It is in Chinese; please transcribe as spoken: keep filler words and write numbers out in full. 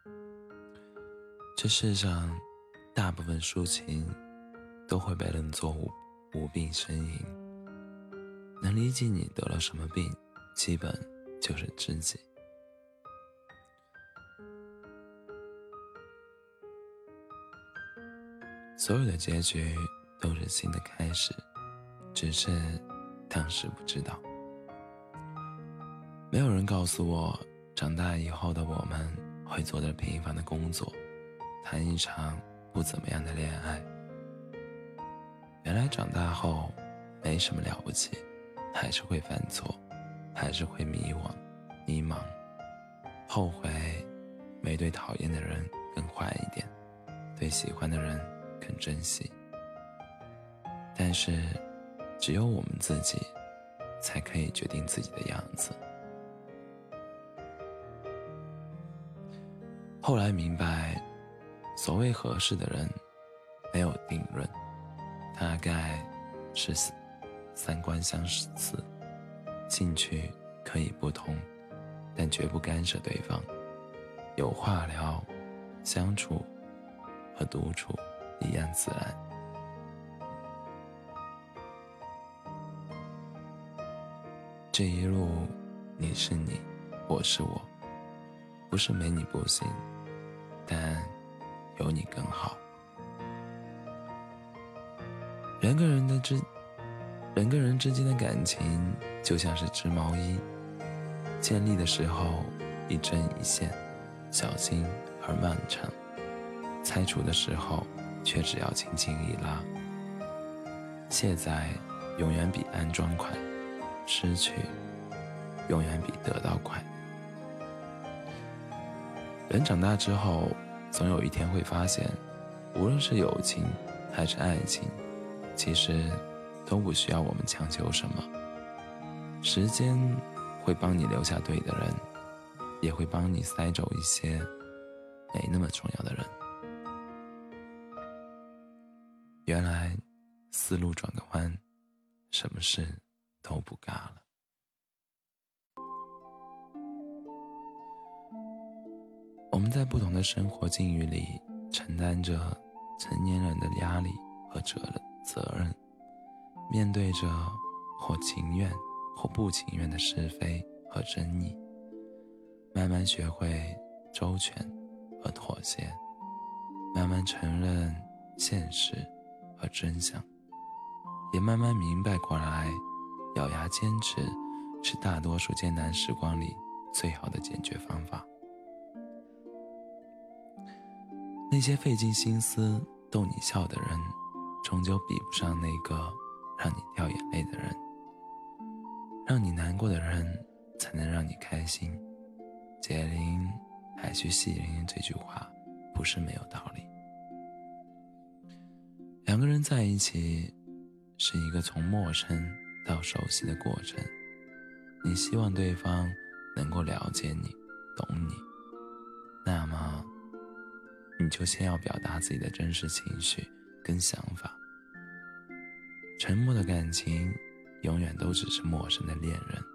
这世上大部分抒情都会被认作无无病呻吟，能理解你得了什么病，基本就是知己。所有的结局都是新的开始，只是当时不知道。没有人告诉我，长大以后的我们会做着平凡的工作，谈一场不怎么样的恋爱。原来长大后没什么了不起，还是会犯错，还是会迷惘迷茫，后悔没对讨厌的人更坏一点，对喜欢的人更珍惜。但是只有我们自己才可以决定自己的样子。后来明白，所谓合适的人没有定论，大概是三观相似，兴趣可以不同，但绝不干涉对方，有话聊，相处和独处一样自然。这一路你是你，我是我，不是没你不行，但有你更好。人跟人的之人跟人之间的感情就像是织毛衣，建立的时候一针一线，小心而漫长，拆除的时候却只要轻轻一拉。卸载永远比安装快，失去永远比得到快。人长大之后，总有一天会发现，无论是友情还是爱情，其实都不需要我们强求什么。时间会帮你留下对的人，也会帮你塞走一些没那么重要的人。原来思路转个弯，什么事都不尬了。我们在不同的生活境遇里承担着成年人的压力和责任，面对着或情愿或不情愿的是非和争议，慢慢学会周全和妥协，慢慢承认现实和真相，也慢慢明白过来，咬牙坚持是大多数艰难时光里最好的解决方法。那些费尽心思逗你笑的人，终究比不上那个让你掉眼泪的人。让你难过的人，才能让你开心。解铃还须系铃这句话不是没有道理。两个人在一起，是一个从陌生到熟悉的过程。你希望对方能够了解你，懂你，那么你就先要表达自己的真实情绪跟想法。沉默的感情永远都只是陌生的恋人。